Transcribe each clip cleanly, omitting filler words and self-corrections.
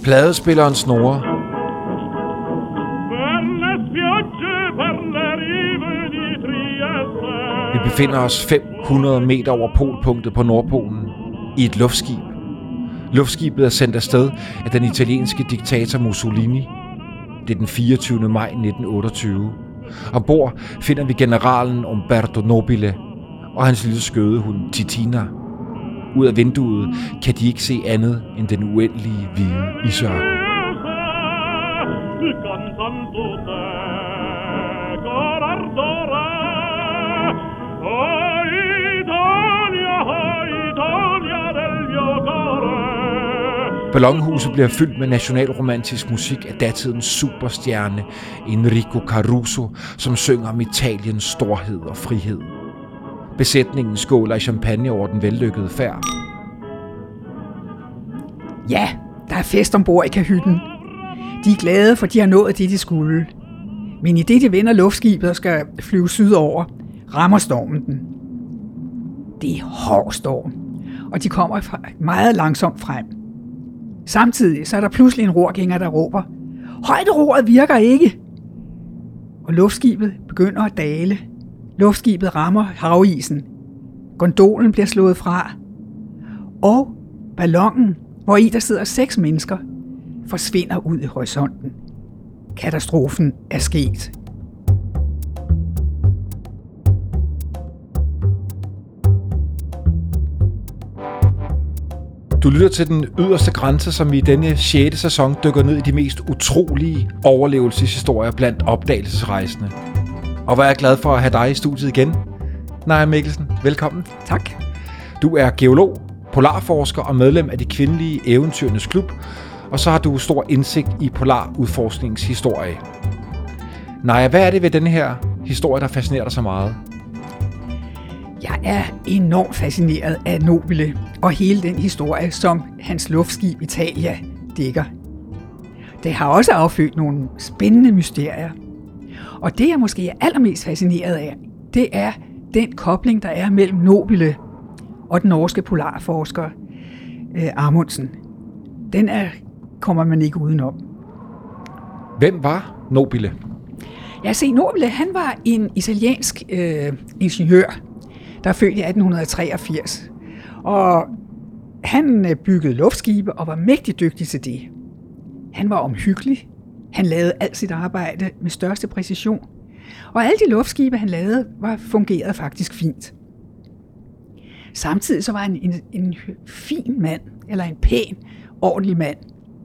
Pladespilleren snurrer. Vi befinder os 500 meter over polpunktet på Nordpolen i et luftskib. Luftskibet er sendt afsted af den italienske diktator Mussolini. Det er den 24. maj 1928. Ombord finder vi generalen Umberto Nobile og hans lille skødehund Titina. Ud af vinduet kan de ikke se andet end den uendelige hvide isørken. Ballonhuset bliver fyldt med nationalromantisk musik af datidens superstjerne Enrico Caruso, som synger om Italiens storhed og frihed. Besætningen skåler i champagne over den vellykkede færd. Ja, der er fest ombord i kahytten. De er glade, for de har nået det, de skulle. Men i det, de vender luftskibet og skal flyve sydover, rammer stormen den. Det er hård storm, og de kommer meget langsomt frem. Samtidig så er der pludselig en rorgænger, der råber, højderoret virker ikke! Og luftskibet begynder at dale. Luftskibet rammer havisen. Gondolen bliver slået fra. Og ballonen, hvor i der sidder 6 mennesker, forsvinder ud i horisonten. Katastrofen er sket. Du lytter til Den Yderste Grænse, som i denne 6. sæson dykker ned i de mest utrolige overlevelseshistorier blandt opdagelsesrejsende. Og hvor er jeg glad for at have dig i studiet igen. Naja Mikkelsen, velkommen. Tak. Du er geolog, polarforsker og medlem af de kvindelige eventyrenes klub, og så har du stor indsigt i polarudforskningens historie. Naja, hvad er det ved denne her historie, der fascinerer dig så meget? Jeg er enormt fascineret af Nobile og hele den historie, som hans luftskib Italia dækker. Det har også affødt nogle spændende mysterier. Og det, jeg måske er allermest fascineret af, det er den kobling, der er mellem Nobile og den norske polarforsker Amundsen. Den kommer man ikke udenom. Hvem var Nobile? Ja, se, Nobile, han var en italiensk ingeniør, der er født i 1883. Og han byggede luftskibe og var mægtig dygtig til det. Han var omhyggelig. Han lavede alt sit arbejde med største præcision. Og alle de luftskibe, han lavede, fungerede faktisk fint. Samtidig så var han en fin mand, eller en pæn, ordentlig mand.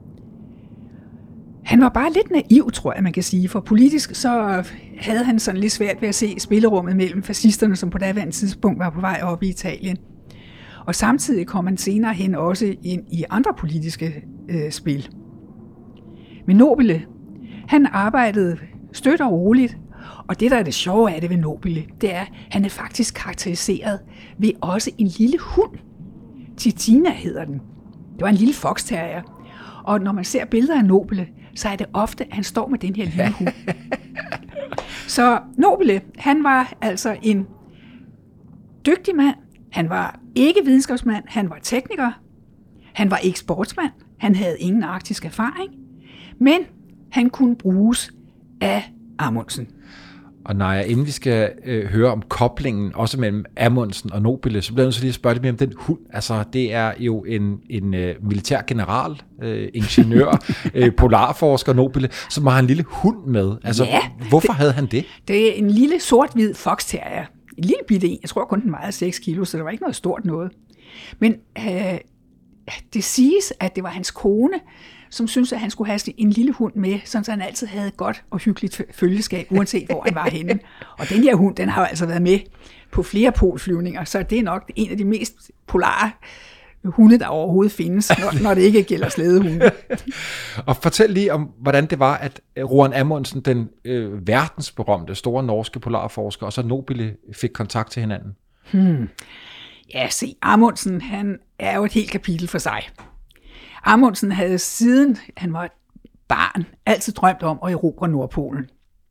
Han var bare lidt naiv, tror jeg, man kan sige, for politisk så havde han sådan lidt svært ved at se spillerummet mellem fascisterne, som på daværende tidspunkt var på vej op i Italien. Og samtidig kom han senere hen også ind i andre politiske spil. Men Nobile, han arbejdede støt og roligt, og det, der er det sjove af det ved Nobile, det er, at han er faktisk karakteriseret ved også en lille hund. Titina hedder den. Det var en lille foxterrier. Og når man ser billeder af Nobile, så er det ofte, at han står med den her lille hund. Så Nobile, han var altså en dygtig mand. Han var ikke videnskabsmand, han var tekniker. Han var ikke sportsmand. Han havde ingen arktisk erfaring. Men han kunne bruges af Amundsen. Og Naja, inden vi skal høre om koblingen, også mellem Amundsen og Nobile, så bliver jeg nødt til lige at spørge dig mere om den hund. Altså, det er jo en militær general, ingeniør, polarforsker Nobile, som har en lille hund med. Altså, ja, hvorfor havde han det? Det er en lille sort-hvid foxterrier. En lille bitte en. Jeg tror kun den vejede 6 kilo, så det var ikke noget stort noget. Men det siges, at det var hans kone, som syntes, at han skulle have en lille hund med, så han altid havde et godt og hyggeligt følgeskab, uanset hvor han var henne. Og den her hund, den har jo altså været med på flere polflyvninger, så det er nok en af de mest polare hunde, der overhovedet findes, når det ikke gælder slædehunde. Og fortæl lige om, hvordan det var, at Roald Amundsen, den verdensberømte store norske polarforsker, og så Nobile fik kontakt til hinanden. Ja, se, Amundsen, han er jo et helt kapitel for sig. Amundsen havde siden han var barn altid drømt om at erobre Nordpolen.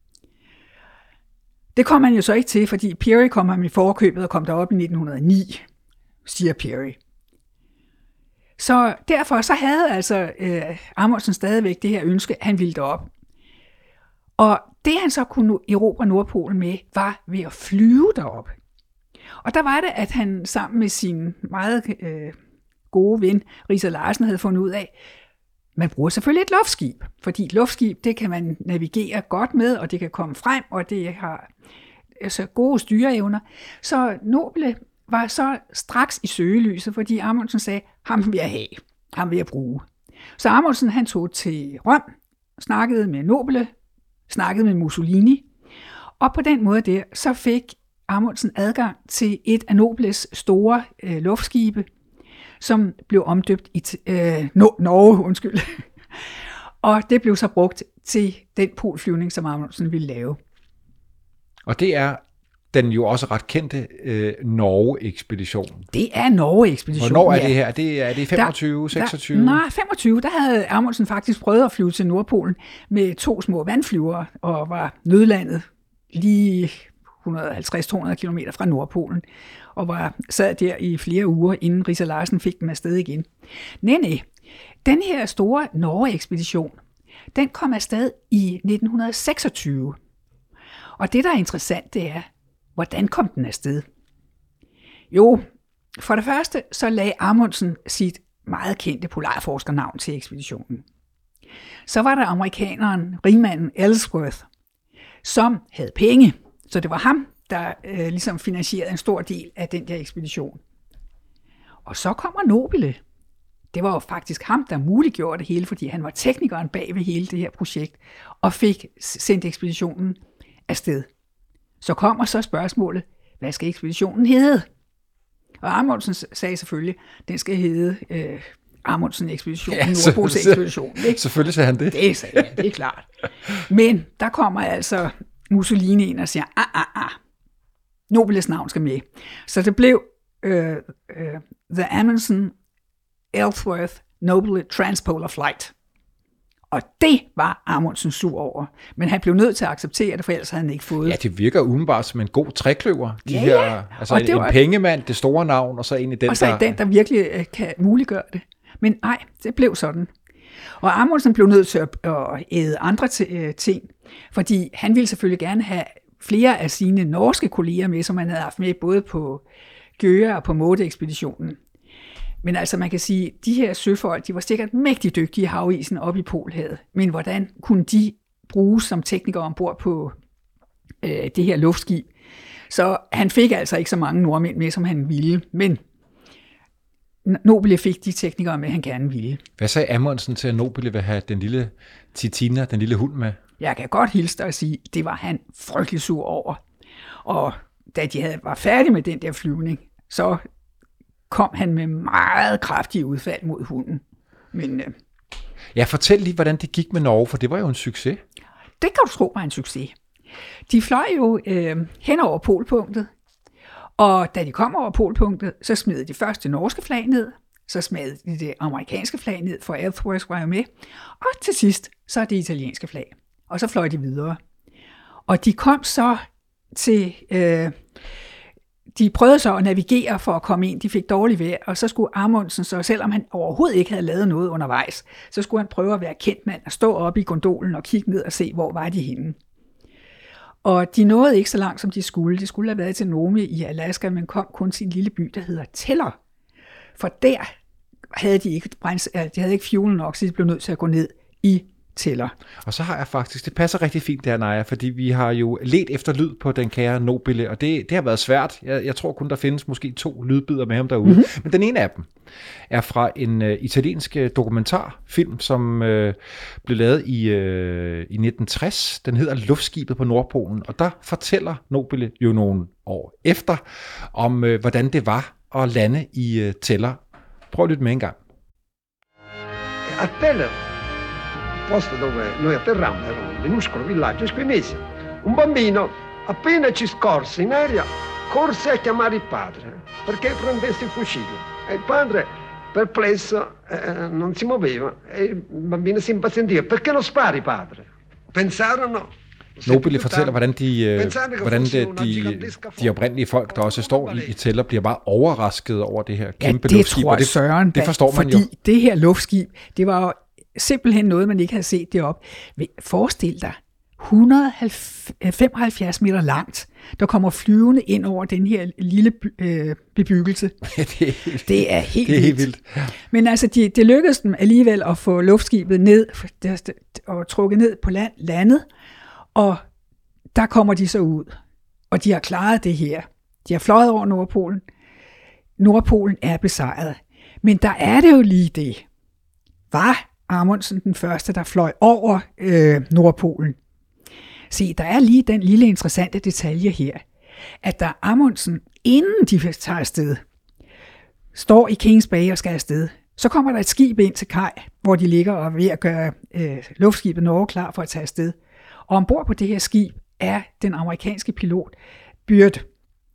Det kom han jo så ikke til, fordi Peary kom ham i forkøbet og kom derop i 1909, siger Peary. Så derfor så havde altså Amundsen stadigvæk det her ønske, han ville derop. Og det han så kunne erobre Nordpolen med, var ved at flyve derop. Og der var det, at han sammen med sin meget gode ven, Riiser Larsen, havde fundet ud af, man bruger selvfølgelig et luftskib, fordi et luftskib, det kan man navigere godt med, og det kan komme frem, og det har altså gode styreevner. Så Nobile var så straks i søgelyset, fordi Amundsen sagde, ham vil jeg have, ham vil jeg bruge. Så Amundsen han tog til Rom, snakkede med Nobile, snakkede med Mussolini, og på den måde der, så fik Amundsen adgang til et af Nobiles store luftskibe, som blev omdøbt i Norge, og det blev så brugt til den polflyvning, som Amundsen ville lave. Og det er den jo også ret kendte Norge-ekspedition. Det er Norge-ekspeditionen. Hvornår er det her? Er det 25, 26? Nej, 25. Der havde Amundsen faktisk prøvet at flyve til Nordpolen med 2 små vandflyvere, og var nødlandet lige 150-200 kilometer fra Nordpolen, og sad der i flere uger, inden Riiser Larsen fik dem afsted igen. Nej. Den her store Norge-ekspedition, den kom afsted i 1926. Og det, der er interessant, det er, hvordan kom den afsted? Jo, for det første, så lagde Amundsen sit meget kendte polarforskernavn til ekspeditionen. Så var der amerikaneren, rigmanden Ellsworth, som havde penge. Så det var ham, der ligesom finansierede en stor del af den der ekspedition. Og så kommer Nobile. Det var jo faktisk ham, der muliggjorde det hele, fordi han var teknikeren bag ved hele det her projekt, og fik sendt ekspeditionen afsted. Så kommer så spørgsmålet, hvad skal ekspeditionen hedde? Og Amundsen sagde selvfølgelig, den skal hedde Amundsen-ekspeditionen, Nordpols-ekspeditionen. Selvfølgelig sagde han det. Det sagde han, det er klart. Men der kommer altså Mussolini ind og siger, Nobiles navn skal med. Så det blev The Amundsen Ellsworth Nobile Transpolar Flight. Og det var Amundsen sur over. Men han blev nødt til at acceptere det, for ellers havde han ikke fået. Ja, det virker umiddelbart som en god trekløver. Altså og en pengemand, det store navn, og så en i den, der virkelig kan muliggøre det. Men nej, det blev sådan. Og Amundsen blev nødt til at æde andre ting, fordi han ville selvfølgelig gerne have flere af sine norske kolleger med, som han havde haft med både på Gjøa og på Måde-ekspeditionen. Men altså man kan sige, de her søfolk, de var sikkert mægtig dygtige i havisen oppe i Polhavet. Men hvordan kunne de bruges som teknikere ombord på det her luftskib? Så han fik altså ikke så mange nordmænd med, som han ville. Men Nobile fik de teknikere med, han gerne ville. Hvad sagde Amundsen til, at Nobile vil have den lille Titina, den lille hund med? Jeg kan godt hilse dig og sige, det var han frygtelig sur over. Og da de var færdige med den der flyvning, så kom han med meget kraftige udfald mod hunden. Men, ja, fortæl lige, hvordan det gik med Norge, for det var jo en succes. Det kan du tro var en succes. De fløj jo hen over polpunktet, og da de kom over polpunktet, så smed de først det norske flag ned, så smed de det amerikanske flag ned, for Ellsworth var jo med, og til sidst så det italienske flag. Og så fløj de videre. Og de kom så til... De prøvede så at navigere for at komme ind. De fik dårligt vejr, og så skulle Amundsen, så selvom han overhovedet ikke havde lavet noget undervejs, så skulle han prøve at være kendt mand og stå oppe i gondolen og kigge ned og se, hvor var de henne. Og de nåede ikke så langt, som de skulle. De skulle have været til Nome i Alaska, men kom kun til en lille by, der hedder Teller. For der havde de ikke fuel nok, så de blev nødt til at gå ned i Teller. Og så har jeg faktisk, det passer rigtig fint der, Naja, fordi vi har jo let efter lyd på den kære Nobile, og det har været svært. Jeg tror kun, der findes måske 2 lydbider med ham derude. Mm-hmm. Men den ene af dem er fra en italiensk dokumentarfilm, som blev lavet i 1960. Den hedder Luftskibet på Nordpolen, og der fortæller Nobile jo nogle år efter om, hvordan det var at lande i Teller. Prøv at lytte med en gang. A Teller, posto dove noi atterrammo, era un minuscolo villaggio esquimese. Un bambino, appena ci scorse in aria, corse a chiamare il padre perché prendesse il fucile. E il padre, perplesso, non si muoveva e il bambino si impazientiva. Perché non spari, padre? Pensarono Nobile fortæller, hvordan de oprindelige folk, der også står i Teller, bliver bare overrasket over det her kæmpe luftskib. Ja, det tror Søren, det forstår man jo. Fordi det her luftskib, det var jo simpelthen noget, man ikke havde set deroppe. Forestil dig, 175 meter langt, der kommer flyvende ind over den her lille bebyggelse. Det er helt vildt. Ja. Men altså, det lykkedes dem alligevel at få luftskibet ned og trukket ned på landet, og der kommer de så ud, og de har klaret det her. De har fløjet over Nordpolen. Nordpolen er besejret. Men der er det jo lige det. Var Amundsen den første, der fløj over Nordpolen? Se, der er lige den lille interessante detalje her, at da Amundsen, inden de tager afsted, står i Kings Bay og skal afsted, så kommer der et skib ind til kaj, hvor de ligger og er ved at gøre luftskibet Norge klar for at tage afsted. Og ombord på det her skib er den amerikanske pilot Byrd.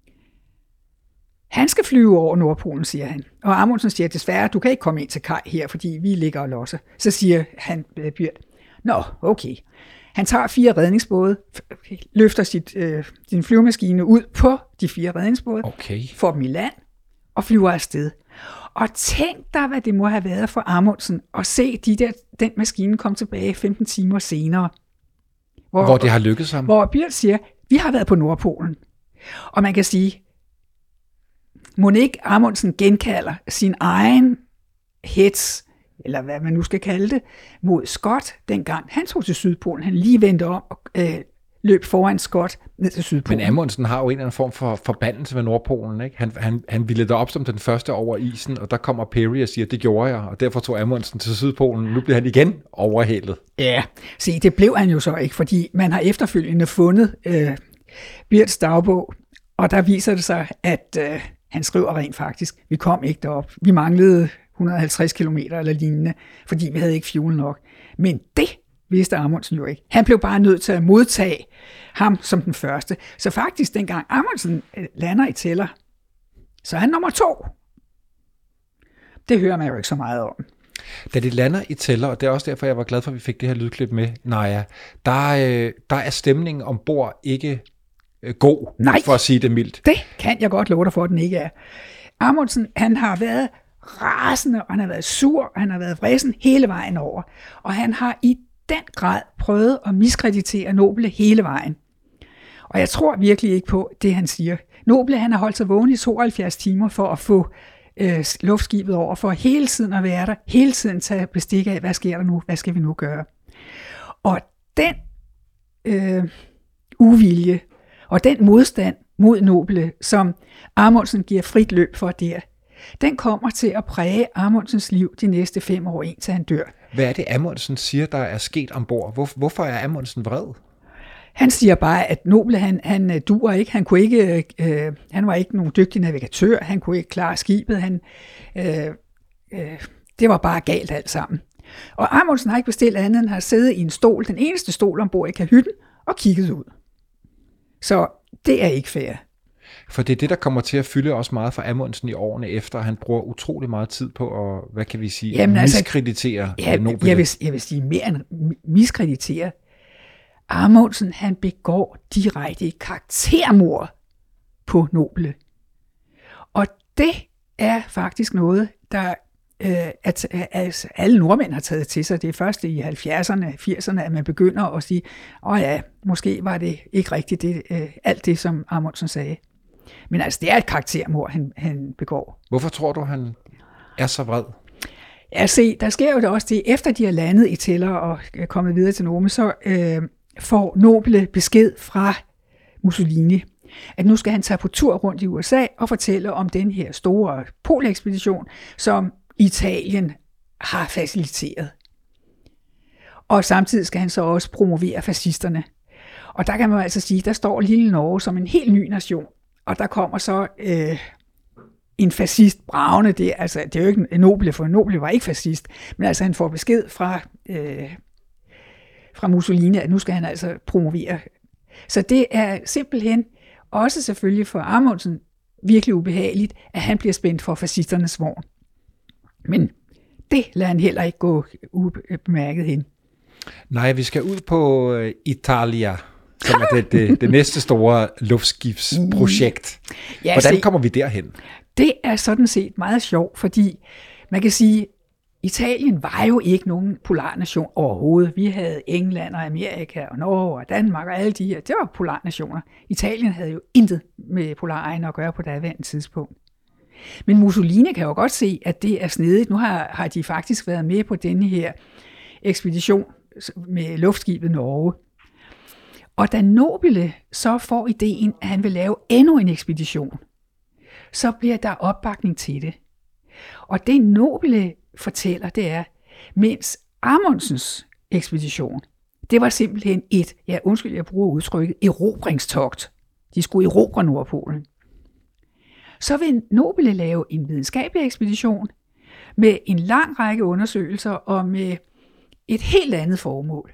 Han skal flyve over Nordpolen, siger han. Og Amundsen siger, desværre, du kan ikke komme ind til kaj her, fordi vi ligger og losser. Så siger han, Byrd, nå, okay. Han tager 4 redningsbåde, løfter sin flyvemaskine ud på de 4 redningsbåde, får dem i land og flyver afsted. Og tænk dig, hvad det må have været for Amundsen at se den maskine komme tilbage 15 timer senere. Hvor det har lykkedes ham. Hvor Byrd siger, vi har været på Nordpolen. Og man kan sige, må ikke Amundsen genkalder sin egen hets, eller hvad man nu skal kalde det, mod Scott, dengang han tog til Sydpolen. Han lige vendte om og løb foran Scott ned til Sydpolen. Men Amundsen har jo en eller anden form for forbandelse ved Nordpolen, ikke? Han ville derop som den første over isen, og der kommer Peary og siger, det gjorde jeg, og derfor tog Amundsen til Sydpolen. Nu bliver han igen overhældet. Ja, se, det blev han jo så ikke, fordi man har efterfølgende fundet Byrds dagbog, og der viser det sig, at han skriver rent faktisk, vi kom ikke derop. Vi manglede 150 kilometer eller lignende, fordi vi havde ikke fuel nok. Men det vidste Amundsen jo ikke. Han blev bare nødt til at modtage ham som den første. Så faktisk, dengang Amundsen lander i Teller, så er han nummer 2. Det hører man jo ikke så meget om. Da de lander i Teller, og det er også derfor, jeg var glad for, at vi fik det her lydklip med, Naja, der er stemningen ombord ikke god, nej, for at sige det mildt. Det kan jeg godt love dig for, at den ikke er. Amundsen, han har været rasende, og han har været sur, og han har været vresen hele vejen over. Og han har i den grad prøvet at miskreditere Nobile hele vejen. Og jeg tror virkelig ikke på det, han siger. Nobile, han har holdt sig vågen i 72 timer for at få luftskibet over, for hele tiden at være der, hele tiden tage bestik af, hvad sker der nu, hvad skal vi nu gøre. Og den uvilje, og den modstand mod Nobile, som Amundsen giver frit løb for der, den kommer til at præge Amundsens liv de næste 5 år, indtil han dør. Hvad er det, Amundsen siger, der er sket ombord? Hvorfor er Amundsen vred? Han siger bare, at Nobile, han duer ikke. Han kunne ikke, han var ikke nogen dygtig navigatør. Han kunne ikke klare skibet. Det var bare galt alt sammen. Og Amundsen har ikke bestilt andet end at sidde i en stol, den eneste stol ombord i kahytten, og kigget ud. Så det er ikke fair. For det er det, der kommer til at fylde også meget for Amundsen i årene efter. Han bruger utrolig meget tid på at, hvad kan vi sige, miskreditere Nobile. Jeg vil sige mere end miskreditere. Amundsen, han begår direkte et karaktermord på Nobile. Og det er faktisk noget, der alle nordmænd har taget til sig. Det er først i 70'erne, 80'erne, at man begynder at sige, måske var det ikke rigtigt alt det, som Amundsen sagde. Men altså, det er et karaktermord, han begår. Hvorfor tror du, han er så vred? Ja, se, der sker jo også det, efter de har landet i Teller og er kommet videre til Nome, så får Nobile besked fra Mussolini, at nu skal han tage på tur rundt i USA og fortælle om den her store polekspedition, som Italien har faciliteret. Og samtidig skal han så også promovere fascisterne. Og der kan man altså sige, der står lille Norge som en helt ny nation, og der kommer så en fascist bravende der. Altså, det er jo ikke Nobile, for Nobile var ikke fascist, men altså han får besked fra Mussolini, at nu skal han altså promovere. Så det er simpelthen også selvfølgelig for Amundsen virkelig ubehageligt, at han bliver spændt for fascisternes vogn. Men det lader han heller ikke gå ubemærket hen. Nej, vi skal ud på Italia. som er det næste store luftskibsprojekt. Ja, Hvordan kommer vi derhen? Det er sådan set meget sjovt, fordi man kan sige, Italien var jo ikke nogen polarnation overhovedet. Vi havde England og Amerika og Norge og Danmark og alle de her. Det var polarnationer. Italien havde jo intet med polaregner at gøre på daværende tidspunkt. Men Mussolini kan jo godt se, at det er snedigt. Nu har de faktisk været med på denne her ekspedition med luftskibet Norge. Og da Nobile så får ideen, at han vil lave endnu en ekspedition, så bliver der opbakning til det. Og det Nobile fortæller, det er, mens Amundsens ekspedition, det var simpelthen jeg bruger udtrykket, erobringstogt. De skulle erobre Nordpolen. Så vil Nobile lave en videnskabelig ekspedition med en lang række undersøgelser og med et helt andet formål.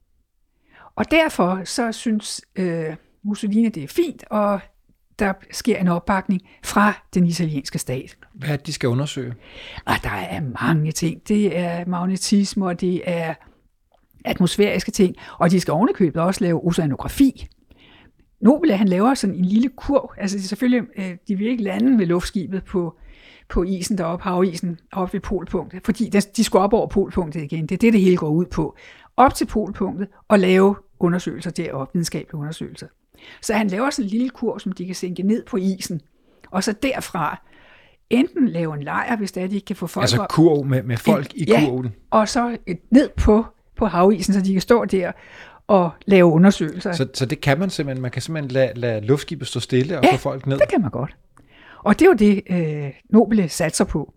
Og derfor så synes Mussolini, det er fint, og der sker en opbakning fra den italienske stat. Hvad er det, de skal undersøge? Og der er mange ting. Det er magnetisme, og det er atmosfæriske ting, og de skal ovenikøbet også lave oceanografi. Nobile, han laver sådan en lille kurv. Altså selvfølgelig, de vil ikke lande med luftskibet på isen deroppe, havisen, oppe ved polpunktet, fordi de skulle op over polpunktet igen. Det er det hele går ud på. Op til polpunktet og lave undersøgelser deroppe, videnskabelige undersøgelser. Så han laver sådan en lille kurv, som de kan sænke ned på isen, og så derfra enten lave en lejr, hvis det er, de ikke kan få folk altså op. kurv med folk i kurven? Og så ned på havisen, så de kan stå der og lave undersøgelser. Så det kan man simpelthen? Man kan simpelthen lade luftskibet stå stille og få folk ned? Det kan man godt. Og det er jo det, Nobile satser på.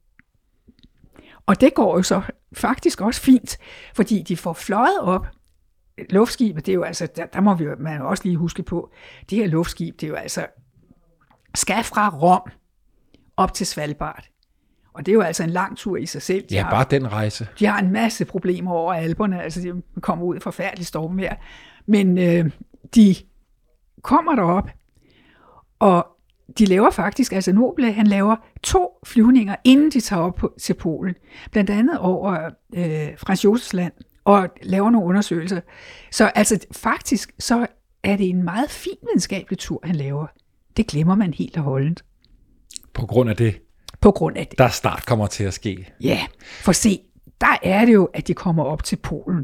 Og det går jo så faktisk også fint, fordi de får fløjet op. Luftskibet, det er jo altså, der må man også lige huske på, det her luftskib, det er jo altså, skal fra Rom op til Svalbard. Og det er jo altså en lang tur i sig selv. Bare den rejse. De har en masse problemer over Alperne, altså de kommer ud i forfærdelig stormvejr. Men de kommer derop, og de laver faktisk, altså Nobile, han laver 2 flyvninger, inden de tager op til Polen. Blandt andet over Franz Josefs Land, og laver nogle undersøgelser. Så altså faktisk, så er det en meget fin videnskabelig tur, han laver. Det glemmer man helt og holdent. På grund af det? På grund af det. Der snart kommer til at ske. Ja, for se, der er det jo, at de kommer op til Polen.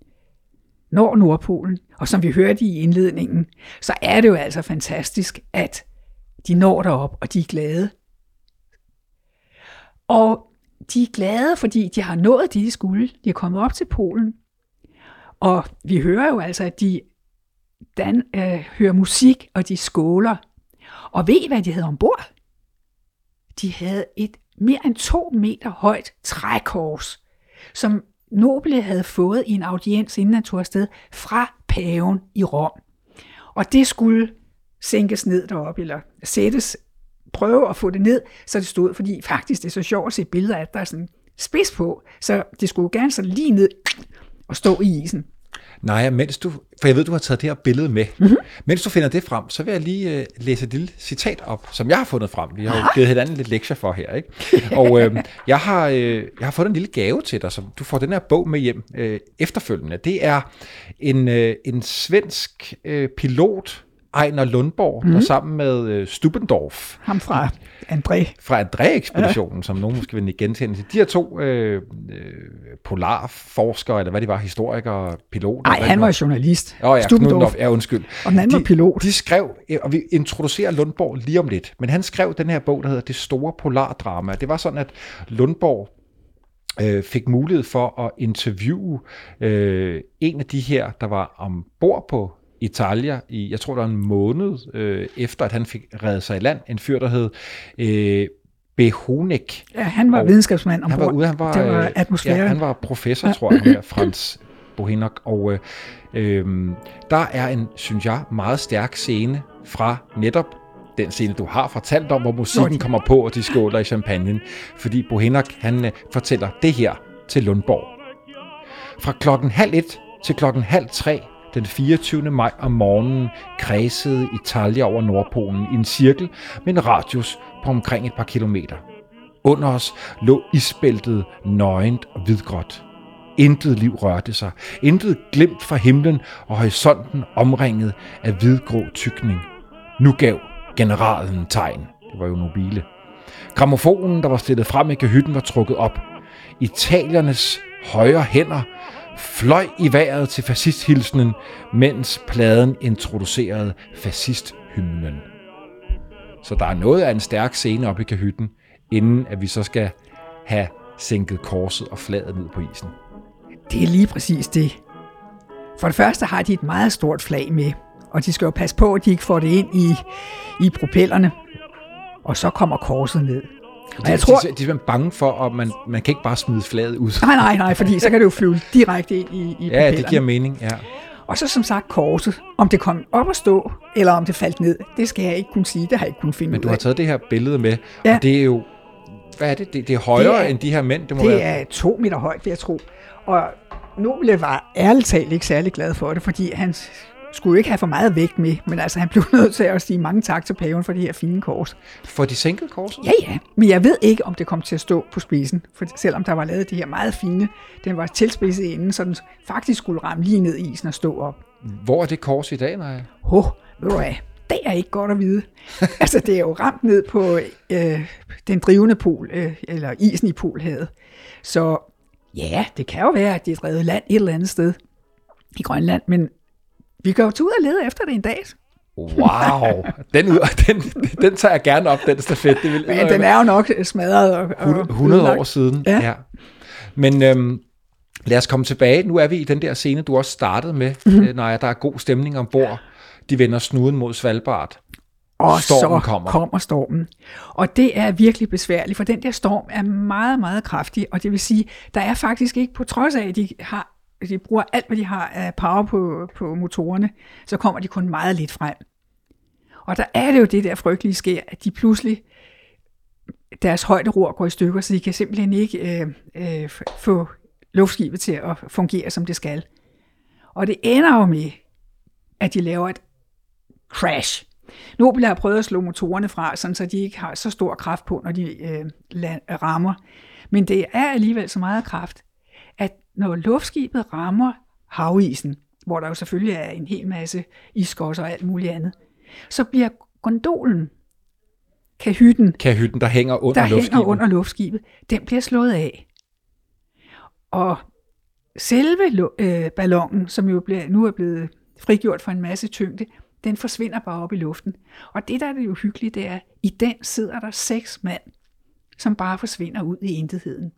Når Nordpolen, og som vi hørte i indledningen, så er det jo altså fantastisk, at de når derop, og de er glade. Og de er glade, fordi de har nået det, de skulle. De er kommet op til Polen. Og vi hører jo altså, at de hører musik, og de skåler. Og ved I, hvad de havde ombord? De havde et mere end 2 meter højt trækors, som Nobile havde fået i en audiens, inden han tog afsted, fra paven i Rom. Og det skulle sænkes ned deroppe, eller sættes, prøve at få det ned, så det stod, fordi faktisk det er så sjovt at se billeder af, at der er sådan spids på, så det skulle gerne sådan lige ned og stå i isen. Nej, for jeg ved, du har taget det her billede med. Mm-hmm. Mens du finder det frem, så vil jeg lige læse et lille citat op, som jeg har fundet frem. Vi har jo givet hinanden lidt lektier for her, ikke? Og jeg har fået en lille gave til dig, så du får den her bog med hjem efterfølgende. Det er en svensk pilot, Ejner Lundborg, der sammen med Stubendorf. Ham fra André. Fra André-ekspeditionen, som nogen måske vil genkende til. De her 2 polarforskere, eller hvad de var, historikere, piloter. Nej, han var journalist. Stubendorf. Ja, undskyld. Og den anden var pilot. De skrev, og vi introducerer Lundborg lige om lidt, men han skrev den her bog, der hedder Det store polardrama. Det var sådan, at Lundborg fik mulighed for at interviewe en af de her, der var ombord på Italia i, jeg tror det var en måned efter, at han fik reddet sig i land, en fyr, der hed Behonek. Ja, han var videnskabsmand ombord. Han var atmosfære. Ja, han var professor, tror jeg, her, Franz Behonek, og der er en, synes jeg, meget stærk scene fra netop den scene, du har fortalt om, hvor musikken kommer på, og de skåler i champagne, fordi Behonek, han fortæller det her til Lundborg. Fra 2:30 til 2:30 den 24. maj om morgenen kredsede Italia over Nordpolen i en cirkel med en radius på omkring et par kilometer. Under os lå isbæltet nøgent og hvidgråt. Intet liv rørte sig. Intet glimt fra himlen og horisonten omringet af hvidgrå tykning. Nu gav generalen tegn. Det var jo Nobile. Grammofonen, der var stillet frem i kahytten, var trukket op. Italiernes højre hænder fløj i vejret til fascisthilsenen, mens pladen introducerede fascisthymnen. Så der er noget af en stærk scene op i kahytten, inden at vi så skal have sænket korset og flaget ned på isen. Det er lige præcis det. For det første har de et meget stort flag med, og de skal jo passe på, at de ikke får det ind i propellerne, og så kommer korset ned. Og jeg tror, de er simpelthen bange for, at man kan ikke bare smide flaget ud. Nej, fordi så kan det jo flyve direkte ind i propellerne. Ja, det giver mening, ja. Og så som sagt korset. Om det kom op at stå, eller om det faldt ned, det skal jeg ikke kunne sige. Det har jeg ikke kunne finde ud af. Men du har taget det her billede med, ja. Og det er jo, hvad er det? Det er højere end de her mænd. Det er 2 meter højt, vil jeg tro. Og Nobile var ærligt talt ikke særlig glad for det, fordi han skulle jo ikke have for meget vægt med, men altså han blev nødt til at sige mange tak til paven for det her fine kors. For de sænkede korset? Ja, men jeg ved ikke, om det kom til at stå på spidsen, for selvom der var lavet det her meget fine, den var tilspidset inden, så den faktisk skulle ramme lige ned i isen og stå op. Hvor er det kors i dag, Naja? Ved du hvad, det er ikke godt at vide. Altså det er jo ramt ned på den drivende pol, eller isen i Polhavet. Så ja, det kan jo være, at det er drevet land et eller andet sted i Grønland, men vi går jo ud og lede efter det en dag. Wow, den tager jeg gerne op, den stafet. Det vil, men den er jo nok smadret. Og 100 år siden, ja. Men lad os komme tilbage. Nu er vi i den der scene, du også startede med, når der er god stemning ombord. De vender snuden mod Svalbard. Og stormen så kommer stormen. Og det er virkelig besværligt, for den der storm er meget, meget kraftig. Og det vil sige, der er faktisk ikke, på trods af, at de bruger alt, hvad de har af power på motorerne, så kommer de kun meget lidt frem. Og der er det jo det der frygtelige sker, at de pludselig, deres højderor går i stykker, så de kan simpelthen ikke få luftskibet til at fungere, som det skal. Og det ender jo med, at de laver et crash. Nobile har prøvet at slå motorerne fra, så de ikke har så stor kraft på, når de rammer. Men det er alligevel så meget kraft, at når luftskibet rammer havisen, hvor der jo selvfølgelig er en hel masse iskosser og alt muligt andet, så bliver gondolen, kahytten, der hænger under luftskibet, den bliver slået af. Og selve ballonen, som jo nu er blevet frigjort for en masse tyngde, den forsvinder bare op i luften. Og det, der er det jo hyggeligt, det er, i den sidder der 6 mand, som bare forsvinder ud i intetheden.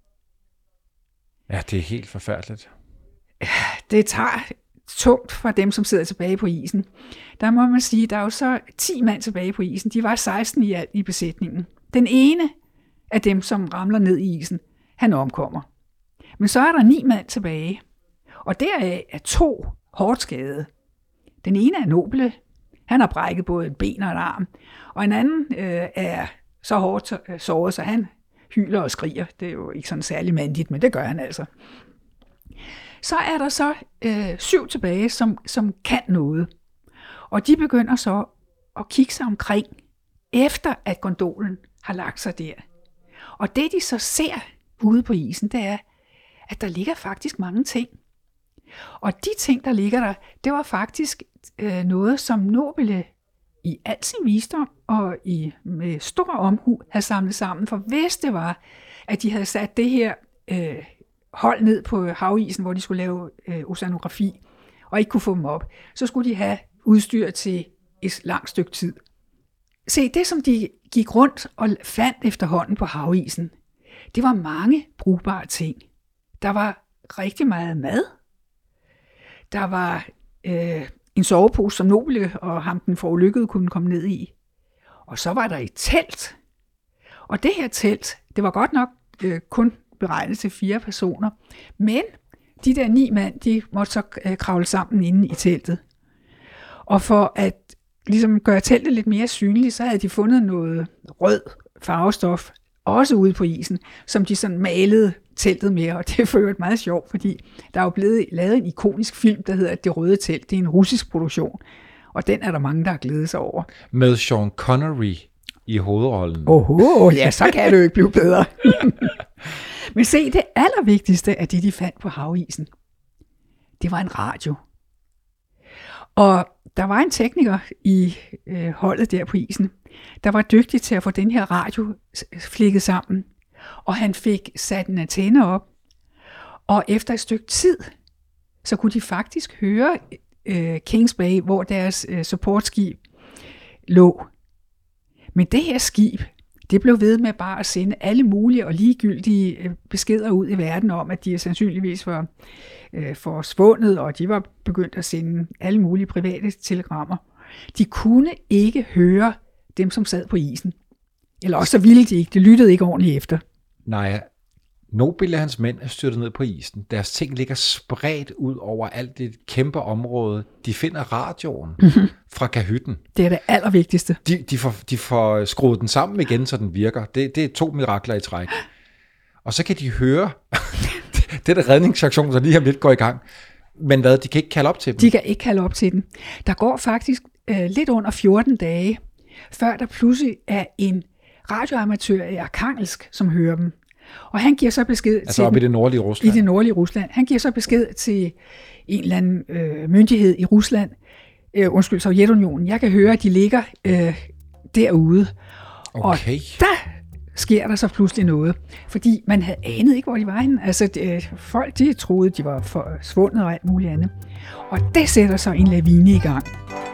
Ja, det er helt forfærdeligt. Det tager tungt for dem, som sidder tilbage på isen. Der må man sige, der er jo så 10 mand tilbage på isen. De var 16 i alt i besætningen. Den ene af dem, som ramler ned i isen, han omkommer. Men så er der 9 mand tilbage. Og deraf er 2 hårdt skadede. Den ene er Nobile. Han har brækket både et ben og en arm. Og en anden er så hårdt såret, så han hyler og skriger. Det er jo ikke sådan særlig mandigt, men det gør han altså. Så er der så 7 tilbage, som kan noget. Og de begynder så at kigge sig omkring, efter at gondolen har lagt sig der. Og det de så ser ude på isen, det er, at der ligger faktisk mange ting. Og de ting, der ligger der, det var faktisk noget, som Nobile i al sin visdom og med stor omhu havde samlet sammen. For hvis det var, at de havde sat det her hold ned på havisen, hvor de skulle lave oceanografi, og ikke kunne få dem op, så skulle de have udstyr til et langt stykke tid. Se, det som de gik rundt og fandt efterhånden på havisen, det var mange brugbare ting. Der var rigtig meget mad. Der var en sovepose, som Nobile og ham den forulykkede kunne komme ned i. Og så var der et telt. Og det her telt, det var godt nok kun beregnet til 4 personer. Men de der 9 mand, de måtte så kravle sammen inde i teltet. Og for at ligesom gøre teltet lidt mere synligt, så havde de fundet noget rød farvestof, også ude på isen, som de sådan malede teltet med, og det er for øvrigt meget sjovt, fordi der er jo blevet lavet en ikonisk film, der hedder Det Røde Telt. Det er en russisk produktion, og den er der mange, der har glædet sig over. Med Sean Connery i hovedrollen. Ja, så kan det jo ikke blive bedre. Men se, det allervigtigste af det, de fandt på havisen, det var en radio. Og der var en tekniker i holdet der på isen, der var dygtig til at få den her radio flikket sammen. Og han fik sat en antenne op. Og efter et stykke tid, så kunne de faktisk høre Kings Bay, hvor deres supportskib lå. Men det her skib, det blev ved med bare at sende alle mulige og ligegyldige beskeder ud i verden om, at de sandsynligvis var forsvundet, og de var begyndt at sende alle mulige private telegrammer. De kunne ikke høre dem, som sad på isen. Eller også så ville de ikke. De lyttede ikke ordentligt efter. Nej, Nobill og hans mænd er styrtet ned på isen. Deres ting ligger spredt ud over alt det kæmpe område. De finder radioen fra kahytten. Det er det allervigtigste. De får skruet den sammen igen, så den virker. Det er 2 mirakler i træk. Og så kan de høre, det er der redningsaktion, der lige om lidt går i gang. Men hvad, de kan ikke kalde op til dem? De kan ikke kalde op til dem. Der går faktisk lidt under 14 dage, før der pludselig er en radioamatør i Arkhangelsk, som hører dem. Og han giver så besked altså op i det nordlige Rusland. I det nordlige Rusland. Han giver så besked til en eller anden myndighed i Rusland, Sovjetunionen. Jeg kan høre, at de ligger derude. Okay. Og der sker der så pludselig noget. Fordi man havde anet ikke, hvor de var henne. Altså folk, de troede, de var forsvundet og alt muligt andet. Og det sætter så en lavine i gang.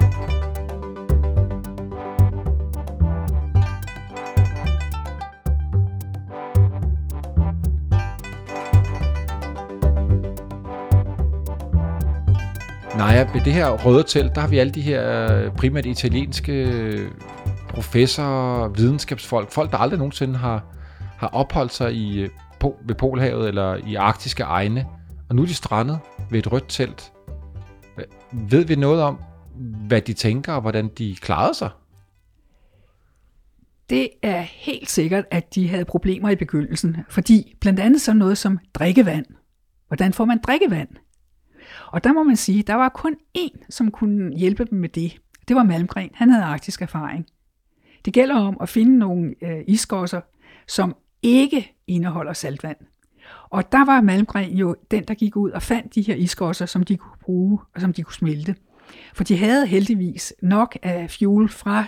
Nej, ved det her røde telt, der har vi alle de her primært italienske professorer, videnskabsfolk, folk, der aldrig nogensinde har opholdt sig ved Polhavet eller i arktiske egne, og nu er de strandet ved et rødt telt. Ved vi noget om, hvad de tænker, og hvordan de klarede sig? Det er helt sikkert, at de havde problemer i begyndelsen, fordi blandt andet sådan noget som drikkevand. Hvordan får man drikkevand? Og der må man sige, der var kun én, som kunne hjælpe dem med det. Det var Malmgren. Han havde arktisk erfaring. Det gælder om at finde nogle isgosser, som ikke indeholder saltvand. Og der var Malmgren jo den, der gik ud og fandt de her isgosser, som de kunne bruge og som de kunne smelte. For de havde heldigvis nok af fuel fra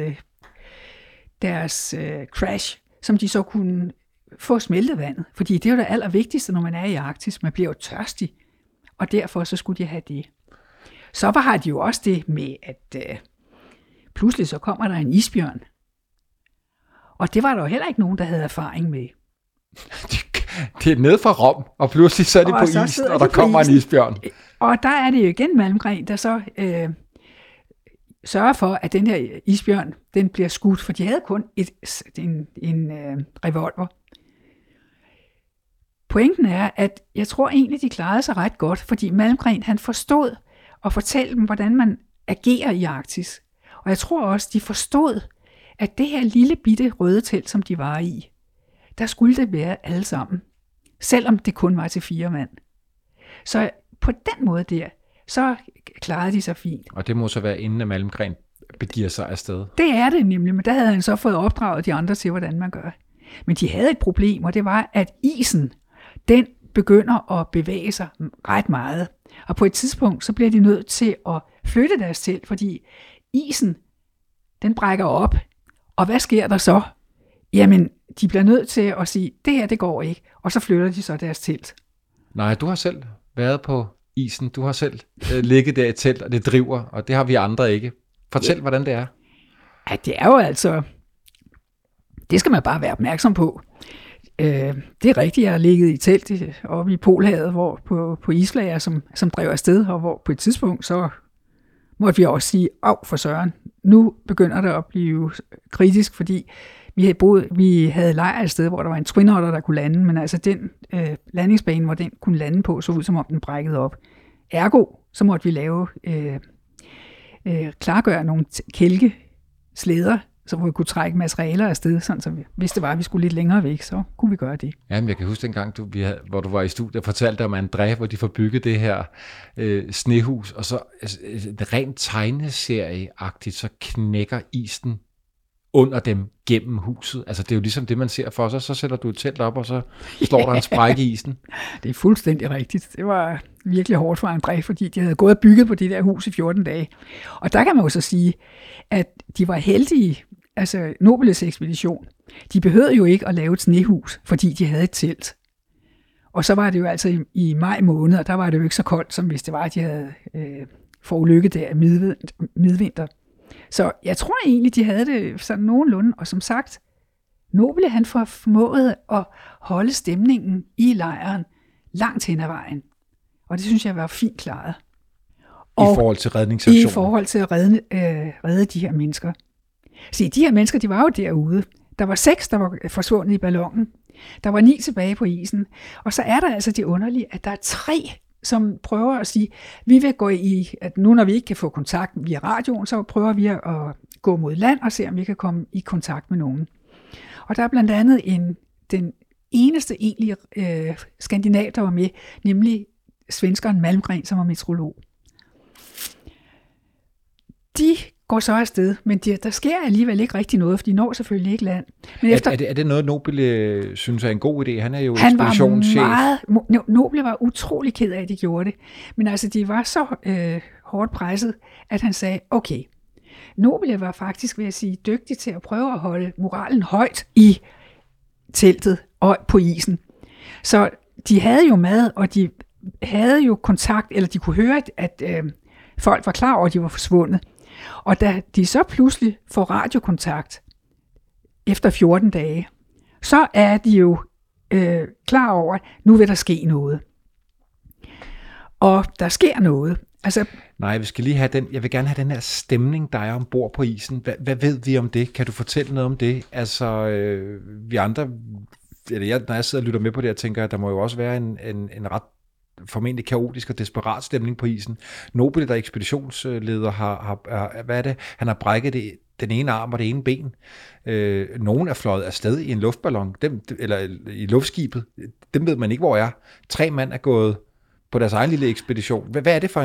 deres crash, som de så kunne få smeltet vandet. Fordi det er jo det allervigtigste, når man er i Arktis. Man bliver jo tørstig. Og derfor så skulle de have det. Så har de jo også det med, at pludselig så kommer der en isbjørn. Og det var der jo heller ikke nogen, der havde erfaring med. Det er ned fra Rom, og pludselig så er de på isen, og der kommer en isbjørn. Og der er det jo igen Malmgren, der så sørger for, at den her isbjørn, den bliver skudt, for de havde kun en revolver. Pointen er, at jeg tror egentlig, de klarede sig ret godt, fordi Malmgren, han forstod at fortælle dem, hvordan man agerer i Arktis. Og jeg tror også, de forstod, at det her lille bitte røde telt, som de var i, der skulle det være alle sammen. Selvom det kun var til 4 mand. Så på den måde der, så klarede de sig fint. Og det må så være inden, at Malmgren begiver sig afsted. Det er det nemlig, men der havde han så fået opdraget de andre til, hvordan man gør. Men de havde et problem, og det var, at isen, den begynder at bevæge sig ret meget. Og på et tidspunkt, så bliver de nødt til at flytte deres telt, fordi isen, den brækker op. Og hvad sker der så? Jamen, de bliver nødt til at sige, det her, det går ikke. Og så flytter de så deres telt. Nej, du har selv været på isen. Du har selv ligget der i et telt, og det driver, og det har vi andre ikke. Fortæl, hvordan det er. Ja, det er jo altså... Det skal man bare være opmærksom på. Det er rigtigt, jeg har ligget i telt oppe i Polhavet, hvor på isflager, som drev afsted, og hvor på et tidspunkt, så måtte vi også sige, for søren, nu begynder det at blive kritisk, fordi vi havde lejr et sted, hvor der var en Twin Otter, der kunne lande, men altså den landingsbane, hvor den kunne lande på, så ud som om den brækkede op. Ergo, så måtte vi lave, klargøre nogle kælkeslæder, så vi kunne trække materialer afsted, sådan så hvis det var, at vi skulle lidt længere væk, så kunne vi gøre det. Jamen, jeg kan huske dengang, hvor du var i studiet og fortalte om André, hvor de får bygget det her snehus, og så rent tegneserieagtigt, så knækker isen under dem gennem huset. Altså det er jo ligesom det, man ser for sig. Så sætter du et telt op, og så slår der en sprække i isen. Det er fuldstændig rigtigt. Det var virkelig hårdt for André, fordi de havde gået og bygget på det der hus i 14 dage. Og der kan man jo så sige, at de var heldige, altså Nobeles ekspedition. De behøvede jo ikke at lave et snehus, fordi de havde et telt. Og så var det jo altså i maj måned, og der var det jo ikke så koldt, som hvis det var, at de havde forulykket der midvinter. Så jeg tror egentlig, de havde det sådan nogenlunde. Og som sagt, Nobile han formåede at holde stemningen i lejren langt hen ad vejen. Og det synes jeg var fint klaret. Og i forhold til redningsaktionen? I forhold til at redde de her mennesker. Se, de her mennesker, de var jo derude. Der var 6, der var forsvundet i ballonen. Der var 9 tilbage på isen. Og så er der altså det underlige, at der er 3, som prøver at sige, vi vil gå i, at nu når vi ikke kan få kontakt via radioen, så prøver vi at gå mod land og se, om vi kan komme i kontakt med nogen. Og der er blandt andet den eneste egentlige skandinav, der var med, nemlig svenskeren Malmgren, som var meteorolog. De går så afsted, men der sker alligevel ikke rigtig noget, for de når selvfølgelig ikke land. Men er det noget, Nobile synes er en god idé? Han er jo ekspeditionschef. Nobile var utrolig ked af, at de gjorde det. Men altså, de var så hårdt presset, at han sagde, okay, Nobile var faktisk, vil jeg sige, dygtig til at prøve at holde moralen højt i teltet og på isen. Så de havde jo mad, og de havde jo kontakt, eller de kunne høre, at folk var klar over, at de var forsvundet. Og da de så pludselig får radiokontakt efter 14 dage, så er de jo klar over, at nu vil der ske noget. Og der sker noget. Altså, nej, vi skal lige have jeg vil gerne have den her stemning, der er ombord på isen. Hvad ved vi om det? Kan du fortælle noget om det? Altså, vi andre, når jeg sidder og lytter med på det, jeg tænker, at der må jo også være en ret formentlig kaotisk og desperat stemning på isen. Nobile, der ekspeditionsleder, har hvad er det? Han har brækket den ene arm og det ene ben. Nogen er fløjet afsted i en luftballon, eller i luftskibet. Dem ved man ikke, hvor er. 3 mand er gået på deres egen lille ekspedition. Hvad er det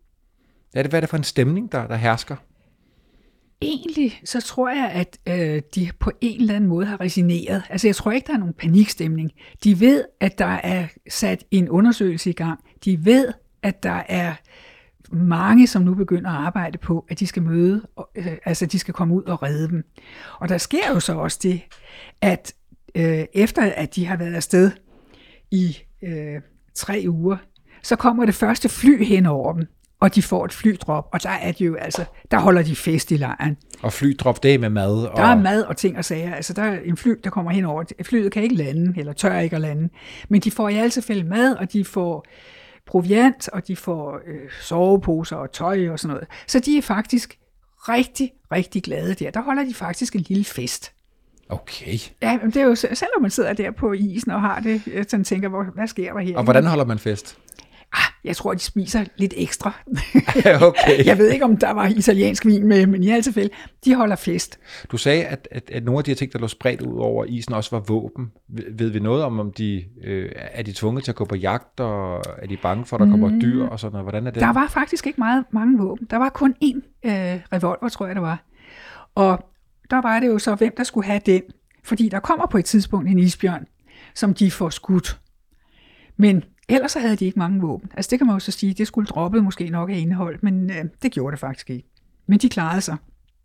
for en stemning, der hersker? Egentlig så tror jeg, at de på en eller anden måde har resigneret. Altså jeg tror ikke, der er nogen panikstemning. De ved, at der er sat en undersøgelse i gang. De ved, at der er mange, som nu begynder at arbejde på, at de skal møde, altså de skal komme ud og redde dem. Og der sker jo så også det, at efter at de har været afsted i 3 uger, så kommer det første fly hen over dem, og de får et flydrop, og der er de jo altså, der holder de fest i lejren. Og flydrop, det er med mad? Der er mad og ting og sager. Altså der er en fly, der kommer hen over. Flyet kan ikke lande, eller tør ikke at lande. Men de får i alt tilfælde mad, og de får proviant, og de får soveposer og tøj og sådan noget. Så de er faktisk rigtig, rigtig glade der. Der holder de faktisk en lille fest. Okay. Ja, men det er jo, selvom man sidder der på isen og har det, så tænker, hvad sker der her? Og hvordan holder man fest? Jeg tror, de spiser lidt ekstra. Okay. Jeg ved ikke, om der var italiensk vin med, men i alt tilfælde, de holder fest. Du sagde, at nogle af de her ting, der lå spredt ud over isen, også var våben. Ved vi noget om de er de tvunget til at gå på jagt, og er de bange for, at der kommer dyr og sådan noget? Hvordan er det? Der var faktisk ikke mange våben. Der var kun én revolver, tror jeg, det var. Og der var det jo så, hvem der skulle have den. Fordi der kommer på et tidspunkt en isbjørn, som de får skudt. Men ellers så havde de ikke mange våben. Altså det kan man jo så sige, det skulle droppet måske nok af indhold, men det gjorde det faktisk ikke. Men de klarede sig.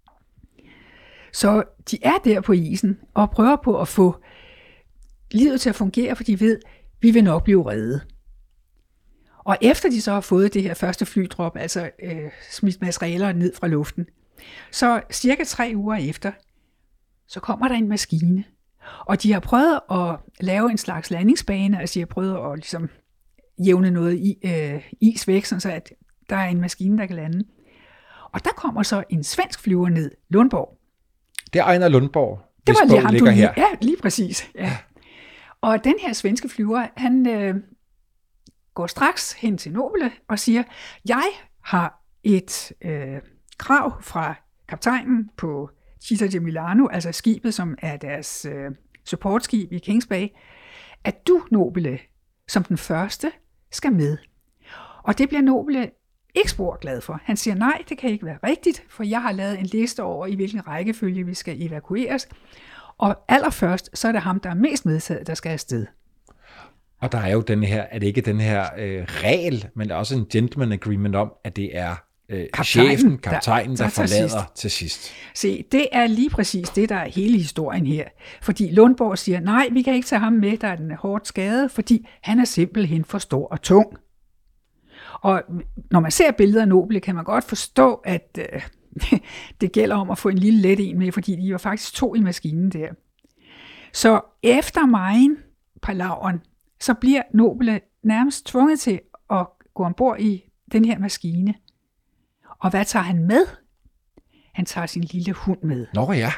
Så de er der på isen og prøver på at få livet til at fungere, for de ved, vi vil nok blive reddet. Og efter de så har fået det her første flydrop, altså smidt materialer ned fra luften, så cirka 3 uger efter, så kommer der en maskine. Og de har prøvet at lave en slags landingsbane, altså de har prøvet at ligesom jævne noget is væk, så at der er en maskine, der kan lande. Og der kommer så en svensk flyver ned, Lundborg. Det er Ejner Lundborg, det var lige ham, ligger her. Ja, lige præcis. Ja. Og den her svenske flyver, han går straks hen til Nobile og siger, jeg har et krav fra kaptajnen på Città di Milano, altså skibet, som er deres supportskib i Kings Bay, at du, Nobile, som den første, skal med. Og det bliver Nobile ikke spor glad for. Han siger, nej, det kan ikke være rigtigt, for jeg har lavet en liste over, i hvilken rækkefølge vi skal evakueres. Og allerførst, så er det ham, der er mest medtaget, der skal afsted. Og der er jo den her, er det ikke den her regel, men der er også en gentleman agreement om, at det er kaptajnen, der forlader til sidst. Se, det er lige præcis det, der er hele historien her. Fordi Lundborg siger, nej, vi kan ikke tage ham med, der er den hårdt skadet, fordi han er simpelthen for stor og tung. Og når man ser billeder af Nobile, kan man godt forstå, at det gælder om at få en lille let en med, fordi de var faktisk 2 i maskinen der. Så efter megen palaveren, så bliver Nobile nærmest tvunget til at gå ombord i den her maskine. Og hvad tager han med? Han tager sin lille hund med. Nå ja.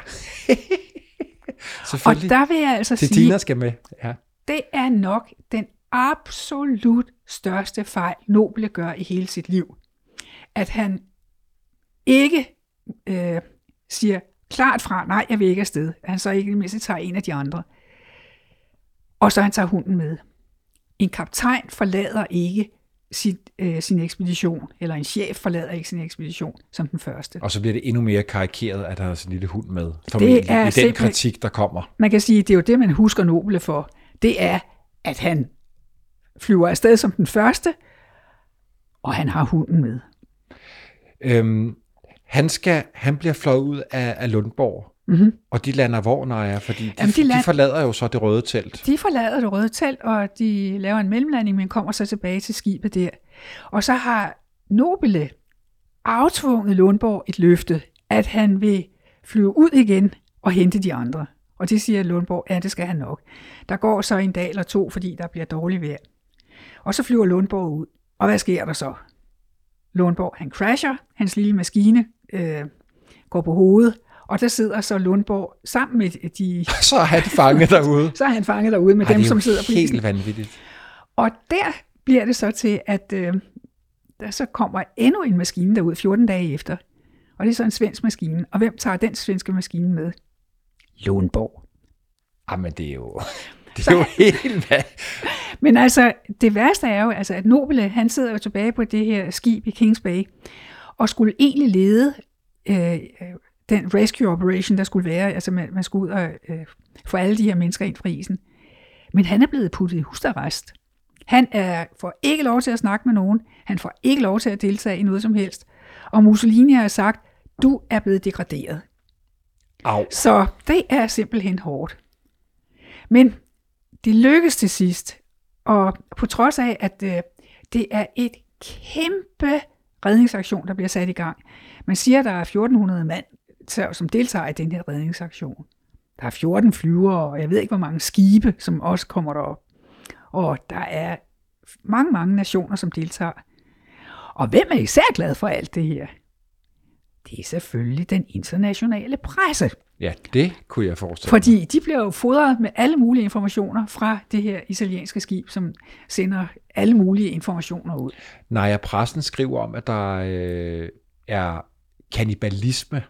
Og der vil jeg altså sige, Tina skal med. Ja. Det er nok den absolut største fejl, Nobile gør i hele sit liv. At han ikke siger klart fra, nej, jeg vil ikke afsted. Han så ikke mindst tager en af de andre. Og så han tager hunden med. En kaptajn forlader ikke sin ekspedition, eller en chef forlader ikke sin ekspedition som den første. Og så bliver det endnu mere karikeret, at han har sin lille hund med. Det er i den kritik, der kommer. Man kan sige, det er jo det, man husker Nobile for. Det er, at han flyver afsted som den første, og han har hunden med. Han bliver fløjet ud af Lundborg, og de lander hvor, Naja? Fordi de forlader jo så det røde telt. De forlader det røde telt, og de laver en mellemlanding, men kommer så tilbage til skibet der. Og så har Nobile aftvunget Lundborg et løfte, at han vil flyve ud igen og hente de andre. Og det siger Lundborg, ja, det skal han nok. Der går så en dag eller 2, fordi der bliver dårligt vejr. Og så flyver Lundborg ud. Og hvad sker der så? Lundborg, han crasher, hans lille maskine går på hovedet, og der sidder så Lundborg sammen med de... Så er han fanget derude. Så er han fanget derude med dem, som sidder på isen. Det er helt vanvittigt. Og der bliver det så til, at der så kommer endnu en maskine derud 14 dage efter. Og det er så en svensk maskine. Og hvem tager den svenske maskine med? Lundborg. Jamen, det er jo... Det er jo helt hvad. Men altså, det værste er jo, altså, at Nobile, han sidder jo tilbage på det her skib i Kings Bay, og skulle egentlig lede den rescue operation, der skulle være, altså man skulle ud og få alle de her mennesker ind fra isen. Men han er blevet puttet i husarrest. Han får ikke lov til at snakke med nogen, han får ikke lov til at deltage i noget som helst, og Mussolini har sagt, du er blevet degraderet. Au. Så det er simpelthen hårdt. Men det lykkes til sidst, og på trods af, at det er et kæmpe redningsaktion, der bliver sat i gang. Man siger, at der er 1400 mand, som deltager i den her redningsaktion. Der er 14 flyvere, og jeg ved ikke, hvor mange skibe, som også kommer derop. Og der er mange nationer, som deltager. Og hvem er især glad for alt det her? Det er selvfølgelig den internationale presse. Ja, det kunne jeg forestille mig. Fordi de bliver jo fodret med alle mulige informationer fra det her italienske skib, som sender alle mulige informationer ud. Nej, pressen skriver om, at der er kannibalisme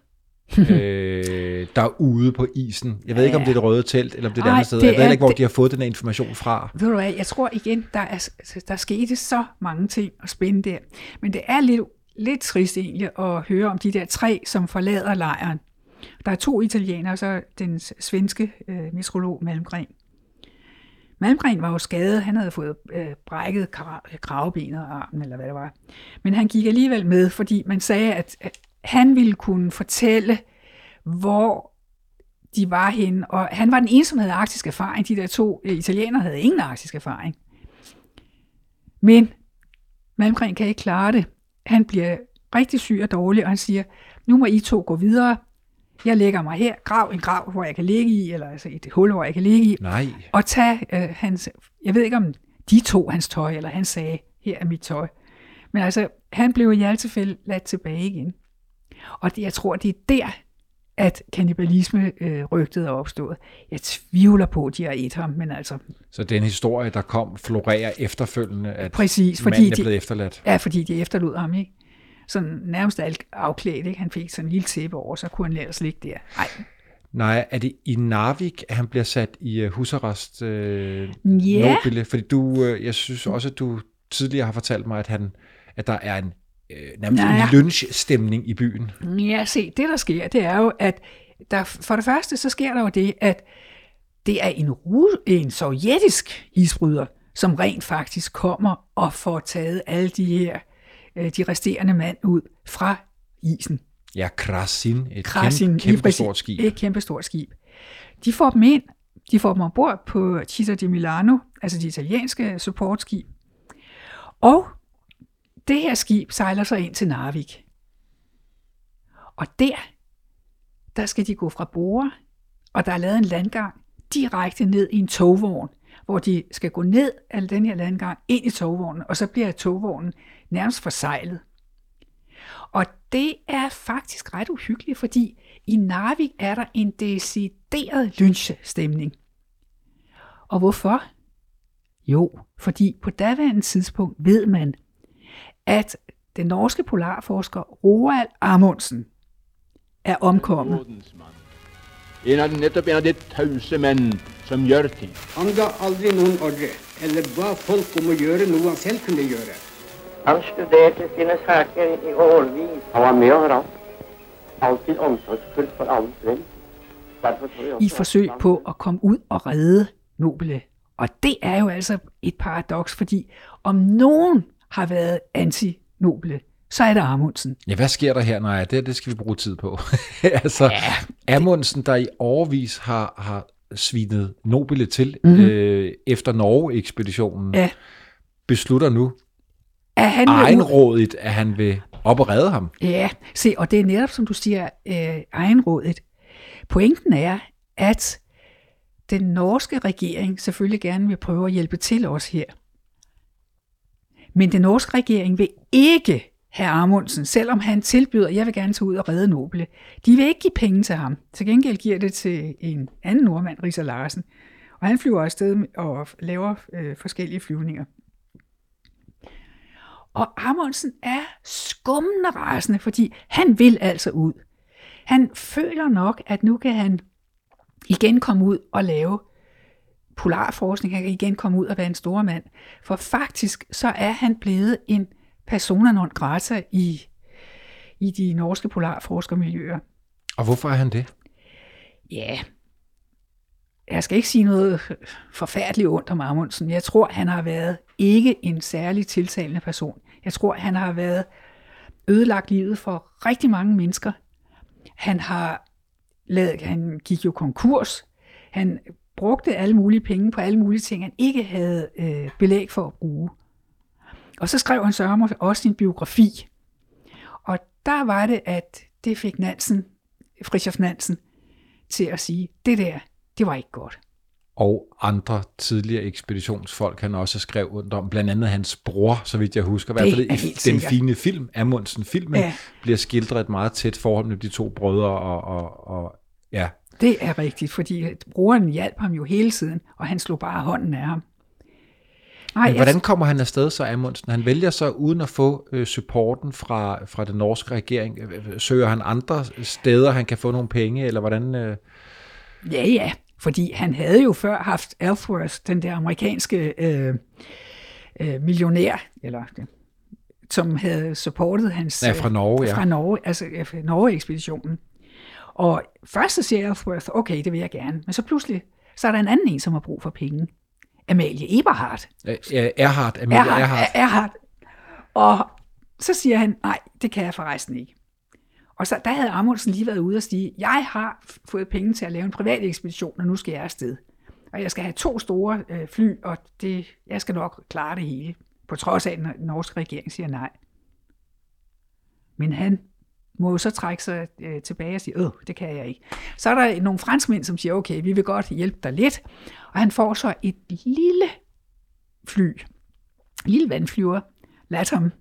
derude på isen. Jeg ved ikke, om det er det røde telt, eller om det er det andet sted. Jeg ved ikke, hvor de har fået den her information fra. Ved du hvad, jeg tror igen, der skete så mange ting og spændende der. Men det er lidt trist egentlig at høre om de der 3, som forlader lejren. Der er 2 italienere, og så den svenske meteorolog Malmgren. Malmgren var jo skadet, han havde fået brækket kravebenet og armen, eller hvad det var. Men han gik alligevel med, fordi man sagde, at han ville kunne fortælle, hvor de var henne. Og han var den eneste, som havde arktisk erfaring. De der 2 italienere havde ingen arktisk erfaring. Men Malmgren kan ikke klare det. Han bliver rigtig syg og dårlig, og han siger, nu må I 2 gå videre. Jeg lægger mig her, grav en grav, hvor jeg kan ligge i, eller altså et hul, hvor jeg kan ligge i. Nej. Og tage hans, jeg ved ikke om de 2 hans tøj, eller han sagde, her er mit tøj. Men altså, han blev i alle tilfælde ladt tilbage igen. Og jeg tror, det er der, at kannibalisme-rygtet er opstået. Jeg tvivler på, at de har et ham, men altså... Så den historie, der kom, florerer efterfølgende, at præcis, manden er blevet efterladt? Ja, fordi de efterlod ham, ikke? Sådan nærmest afklædt, ikke? Han fik sådan en lille tæppe over, så kunne han ellers ligge der. Nej, er det i Narvik, at han bliver sat i husarrest? Ja. Nobile? Fordi jeg synes også, at du tidligere har fortalt mig, at der er nærmest en lynchstemning i byen. Ja, se, det der sker, det er jo, at for det første, så sker der jo det, at det er en sovjetisk isbryder, som rent faktisk kommer og får taget alle de resterende mand ud fra isen. Ja, Krasin, kæmpe stort skib. Et kæmpe stort skib. De får dem ind, de får dem ombord på Città di Milano, altså det italienske supportskib. Og det her skib sejler så ind til Narvik. Og der skal de gå fra borde, og der er lavet en landgang direkte ned i en togvogn, hvor de skal gå ned af den her landgang ind i togvognen, og så bliver togvognen nærmest forsejlet. Og det er faktisk ret uhyggeligt, fordi i Narvik er der en decideret lynchstemning. Og hvorfor? Jo, fordi på daværende tidspunkt ved man, at den norske polarforsker Roald Amundsen er omkommet. En af de tause mænd, som gør ting. Han gav aldrig nogen ordre, eller bad folk om at gøre noget, han selv kunne gøre. Han studerede sine saker i årvis. Han var med overalt. Altid omsorgsfuld for alles vel. I forsøg på at komme ud og redde Nobile. Og det er jo altså et paradoks, fordi om nogen har været anti-Nobile, så er det Amundsen. Ja, hvad sker der her? Nej, det skal vi bruge tid på. Altså, Amundsen, der i årevis har svinet Nobile til efter Norge-ekspeditionen, beslutter nu egenrådigt, at han vil op og redde ham. Ja, se, og det er netop, som du siger, egenrådigt. Pointen er, at den norske regering selvfølgelig gerne vil prøve at hjælpe til os her. Men den norske regering vil ikke have Amundsen, selvom han tilbyder, jeg vil gerne tage ud og redde Nobile. De vil ikke give penge til ham. Til gengæld giver det til en anden nordmand, Riiser Larsen. Og han flyver afsted og laver forskellige flyvninger. Og Amundsen er skummende rasende, fordi han vil altså ud. Han føler nok, at nu kan han igen komme ud og lave polarforskning. Han kan igen komme ud og være en stor mand. For faktisk så er han blevet en persona non grata i de norske polarforskermiljøer. Og hvorfor er han det? Ja, jeg skal ikke sige noget forfærdeligt ondt om Amundsen. Jeg tror, han har været ikke en særlig tiltalende person. Jeg tror, han har været ødelagt livet for rigtig mange mennesker. Han gik jo konkurs. Han brugte alle mulige penge på alle mulige ting, han ikke havde belæg for at bruge. Og så skrev han så også sin biografi. Og der var det, at det fik Fridtjof Nansen til at sige, det var ikke godt. Og andre tidligere ekspeditionsfolk, han også skrev rundt om, blandt andet hans bror, så vidt jeg husker. I hvert fald i den fine film, Amundsen-filmen, bliver skildret et meget tæt forhold med de to brødre. Og ja. Det er rigtigt, fordi broren hjalp ham jo hele tiden, og han slog bare hånden af ham. Men hvordan kommer han afsted så, Amundsen? Han vælger så, uden at få supporten fra den norske regering, søger han andre steder, han kan få nogle penge, eller hvordan? Ja, fordi han havde jo før haft Ellsworth, den der amerikanske millionær, som havde supportet hans... Ja, fra Norge, Fra Norge, altså Norge-ekspeditionen. Og først så siger Ellsworth, okay, det vil jeg gerne. Men så pludselig, så er der en anden en, som har brug for penge. Amalie Eberhardt. Eberhardt. Og så siger han, nej, det kan jeg forresten ikke. Og så der havde Amundsen lige været ude og sige, jeg har fået penge til at lave en privat ekspedition, og nu skal jeg afsted. Og jeg skal have 2 store fly, og jeg skal nok klare det hele. På trods af, at den norske regering siger nej. Men han må jo så trække sig tilbage og sige, det kan jeg ikke. Så er der nogle franskmænd, som siger, okay, vi vil godt hjælpe dig lidt. Og han får så et lille fly, en lille vandflyver, Latam.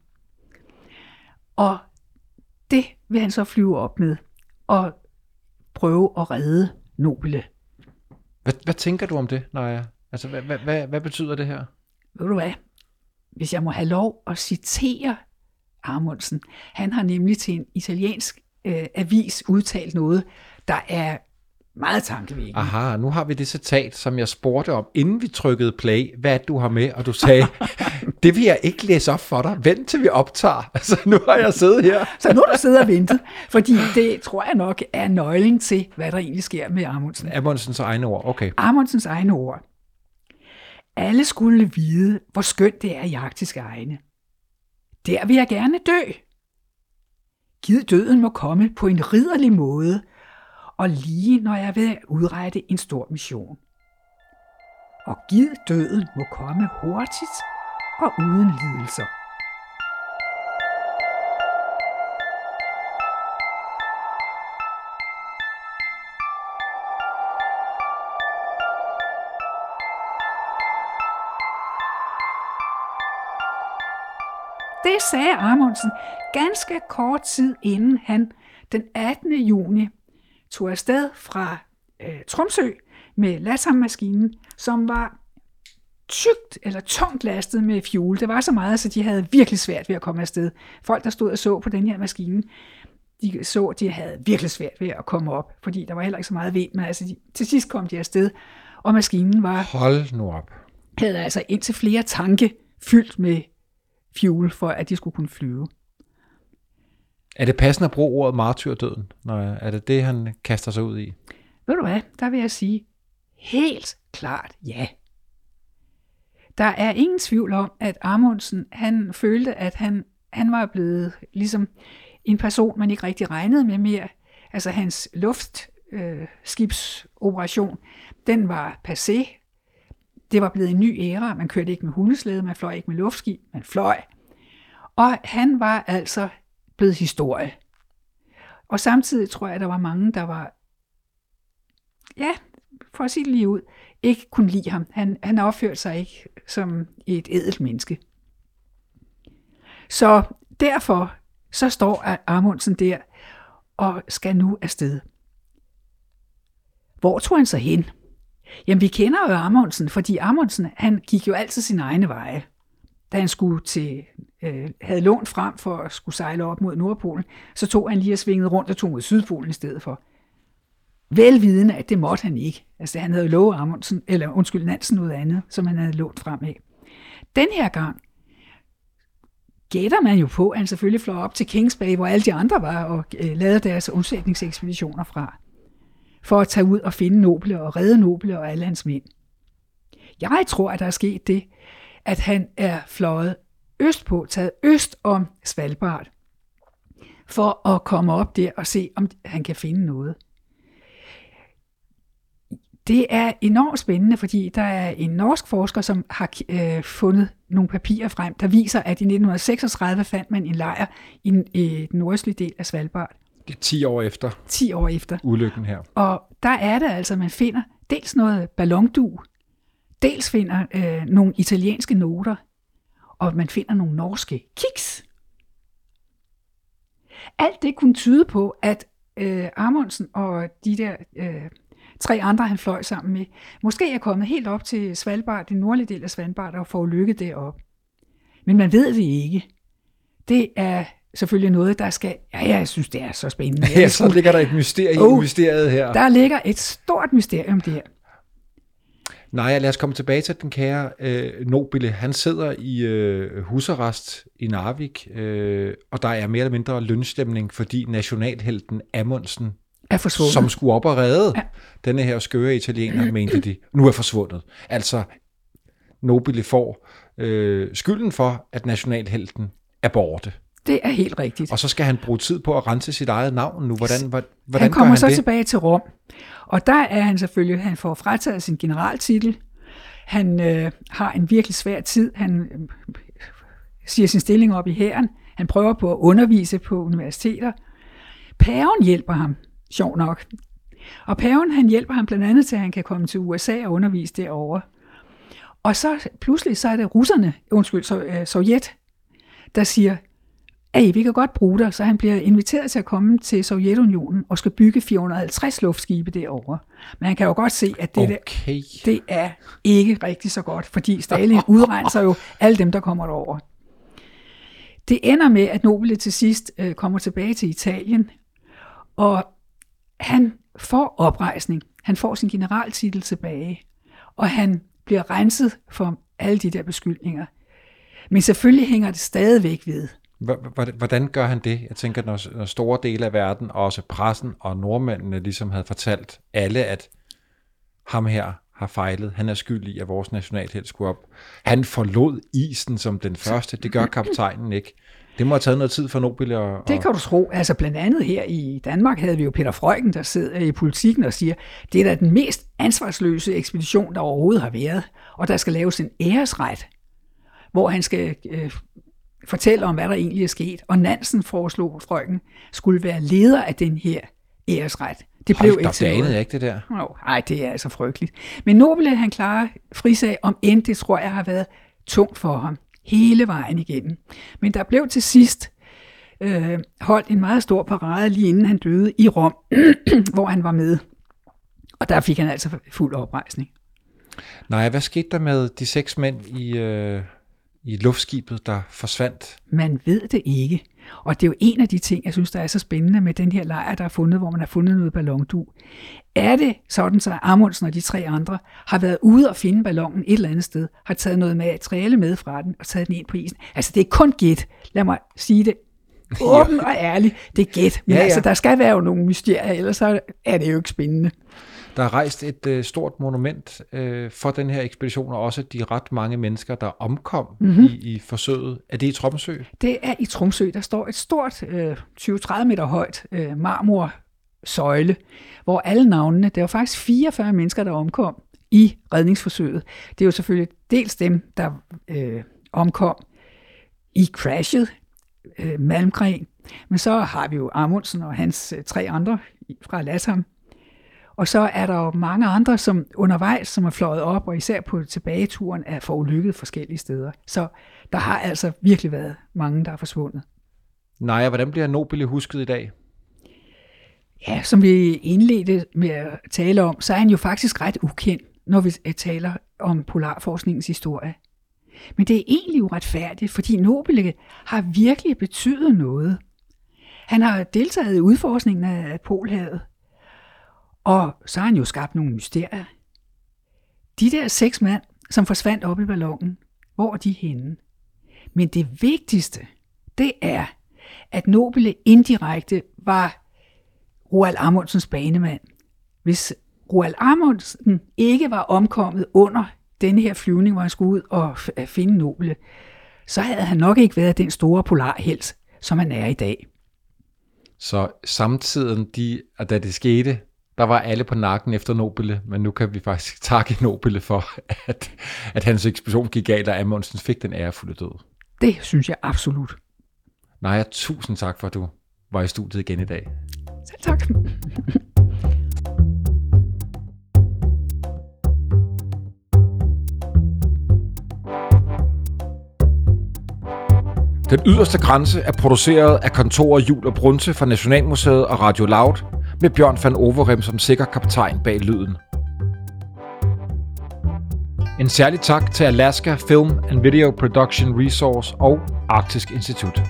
Og det vil han så flyve op med og prøve at redde Nobile. Hvad tænker du om det, Naja? Altså, hvad betyder det her? Ved du hvad? Hvis jeg må have lov at citere Amundsen. Han har nemlig til en italiensk avis udtalt noget, der er meget tankevækkende. Aha, nu har vi det citat, som jeg spurgte om, inden vi trykkede play. Hvad du har med? Og du sagde, Det vil jeg ikke læse op for dig. Vent til vi optager. Altså, nu har jeg siddet her. Så nu er du siddet og ventet, fordi det tror jeg nok er nøglen til, hvad der egentlig sker med Amundsens. Amundsens egne ord, okay. Amundsens egne ord. Alle skulle vide, hvor skønt det er i arktiske egne. Der vil jeg gerne dø. Gid døden må komme på en ridderlig måde, og lige når jeg vil udrette en stor mission. Og gid døden må komme hurtigt og uden lidelser. Det sagde Amundsen ganske kort tid inden han den 18. juni tog afsted fra Tromsø med Latham-maskinen, som var tungt lastet med fuel. Det var så meget, så de havde virkelig svært ved at komme afsted. Folk, der stod og så på den her maskine, de havde virkelig svært ved at komme op, fordi der var heller ikke så meget vind, men altså til sidst kom de afsted, og maskinen Hold nu op. Havde altså indtil flere tanke fyldt med fuel, for at de skulle kunne flyve. Er det passende at bruge ordet martyrdøden? Er det, han kaster sig ud i? Ved du hvad, der vil jeg sige helt klart ja. Der er ingen tvivl om, at Amundsen, han følte, at han var blevet ligesom en person, man ikke rigtig regnede med mere. Altså hans luftskibsoperation, den var passé. Det var blevet en ny æra. Man kørte ikke med hundeslæde, man fløj ikke med luftskib, man fløj. Og han var altså blevet historie. Og samtidig tror jeg, at der var mange, der var, ja, for at sige det lige ud, ikke kunne lide ham. Han opførte sig ikke som et ædelt menneske. Så derfor så står Amundsen der og skal nu afsted. Hvor tog han så hen? Jamen, vi kender jo Amundsen, fordi Amundsen, han gik jo altid sine egne veje. Da han skulle havde lånt frem for at skulle sejle op mod Nordpolen, så tog han lige og svingede rundt og tog mod Sydpolen i stedet for. Velvidende, at det måtte han ikke. Altså, han havde lovet Nansen noget andet, som han havde lånt frem af. Den her gang gætter man jo på, at han selvfølgelig fløj op til Kings Bay, hvor alle de andre var, og lavede deres undsætningsekspeditioner fra, for at tage ud og finde Noble og redde Noble og alle hans mænd. Jeg tror, at der er sket det, at han er fløjet østpå, taget øst om Svalbard, for at komme op der og se, om han kan finde noget. Det er enormt spændende, fordi der er en norsk forsker, som har fundet nogle papirer frem, der viser, at i 1936 fandt man en lejr i den nordøstlige del af Svalbard. 10 år efter. 10 år efter. Ulykken her. Og der er det altså, man finder dels noget ballondug, dels finder nogle italienske noter, og man finder nogle norske kiks. Alt det kunne tyde på, at Amundsen og de der 3 andre, han fløj sammen med, måske er kommet helt op til Svalbard, den nordlige del af Svalbard, og får lykke derop. Men man ved det ikke. Det er selvfølgelig noget, der skal... Ja, jeg synes, det er så spændende. Ja, så ligger der et mysterium i mysteriet her. Der ligger et stort mysterium der. Nej, lad os komme tilbage til den kære Nobile. Han sidder i husarrest i Narvik, og der er mere eller mindre lynchstemning, fordi nationalhelten Amundsen, som skulle op og redde denne her skøre italiener, mente de, nu er forsvundet. Altså, Nobile får skylden for, at nationalhelten er borte. Det er helt rigtigt. Og så skal han bruge tid på at rense sit eget navn nu. Hvordan han kommer så tilbage til Rom, og der er han selvfølgelig, han får frataget sin generaltitel. Han har en virkelig svær tid. Han siger sin stilling op i hæren. Han prøver på at undervise på universiteter. Paven hjælper ham, sjov nok. Og paven, han hjælper ham blandt andet til, at han kan komme til USA og undervise derovre. Og så pludselig så er det russerne, Sovjet, der siger, vi kan godt bruge dig, så han bliver inviteret til at komme til Sovjetunionen og skal bygge 450 luftskibe derovre. Men han kan jo godt se, at det er ikke rigtig så godt, fordi Stalin udrenser jo alle dem, der kommer derover. Det ender med, at Nobile til sidst kommer tilbage til Italien, og han får oprejsning. Han får sin generaltitel tilbage, og han bliver renset for alle de der beskyldninger. Men selvfølgelig hænger det stadigvæk ved. Hvordan gør han det? Jeg tænker, når store dele af verden, også pressen og nordmændene, ligesom havde fortalt alle, at ham her har fejlet. Han er skyldig, at vores nationalhelt skulle op. Han forlod isen som den første. Det gør kaptajnen ikke. Det må have taget noget tid for Nobile. Det kan du tro. Altså blandt andet her i Danmark havde vi jo Peter Freuchen, der sidder i Politikken og siger, det er da den mest ansvarsløse ekspedition, der overhovedet har været. Og der skal laves en æresret, hvor han skal fortælle om, hvad der egentlig er sket. Og Nansen foreslog, Freuchen skulle være leder af den her æresret. Det blev ikke til noget. Ikke det der? Nej, det er altså frygteligt. Men Nobile, han klarer frisag, om end det tror jeg har været tungt for ham hele vejen igennem. Men der blev til sidst holdt en meget stor parade lige inden han døde i Rom, hvor han var med. Og der fik han altså fuld oprejsning. Nej, hvad skete der med de 6 mænd i luftskibet, der forsvandt? Man ved det ikke. Og det er jo en af de ting, jeg synes, der er så spændende med den her lejr, der er fundet, hvor man har fundet noget ballondug. Er det sådan, så Amundsen og de 3 andre har været ude og finde ballonen et eller andet sted, har taget noget materiale med fra den og taget den ind på isen? Altså, det er kun gæt. Lad mig sige det åbent og ærligt. Det er gæt. Men altså, der skal være jo nogle mysterier, ellers så er det jo ikke spændende. Der er rejst et stort monument for den her ekspedition, og også de ret mange mennesker, der omkom i forsøget. Er det i Tromsø? Det er i Tromsø. Der står et stort 20-30 meter højt marmorsøjle, hvor alle navnene, det var faktisk 44 mennesker, der omkom i redningsforsøget. Det er jo selvfølgelig dels dem, der omkom i crashet, Malmgren, men så har vi jo Amundsen og hans 3 andre fra Latham. Og så er der jo mange andre, som undervejs, som er fløjet op, og især på tilbageturen er forulykket forskellige steder. Så der har altså virkelig været mange, der er forsvundet. Nej, hvordan bliver Nobile husket i dag? Ja, som vi indledte med at tale om, så er han jo faktisk ret ukendt, når vi taler om polarforskningens historie. Men det er egentlig uretfærdigt, fordi Nobile har virkelig betydet noget. Han har deltaget i udforskningen af Polhavet, og så har han jo skabt nogle mysterier. De der 6 mand, som forsvandt op i ballonen, hvor er de henne? Men det vigtigste, det er, at Nobile indirekte var Roald Amundsens banemand. Hvis Roald Amundsen ikke var omkommet under denne her flyvning, hvor han skulle ud og finde Nobile, så havde han nok ikke været den store polarhelt, som han er i dag. Så samtiden, da det skete, der var alle på nakken efter Nobile, men nu kan vi faktisk takke Nobile for, at hans ekspedition gik galt, og Amundsen fik den ærefulde død. Det synes jeg absolut. Naja, tusind tak for, at du var i studiet igen i dag. Selv tak. Den yderste grænse er produceret af kontoret Juhl og Brunse fra Nationalmuseet og Radio Loud, med Bjørn van Overem som sikker kaptajn bag lyden. En særlig tak til Alaska Film and Video Production Resource og Arktisk Institut.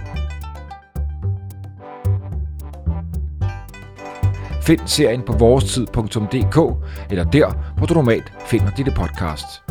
Find serien på vorestid.dk eller der, hvor du normalt finder dine podcasts.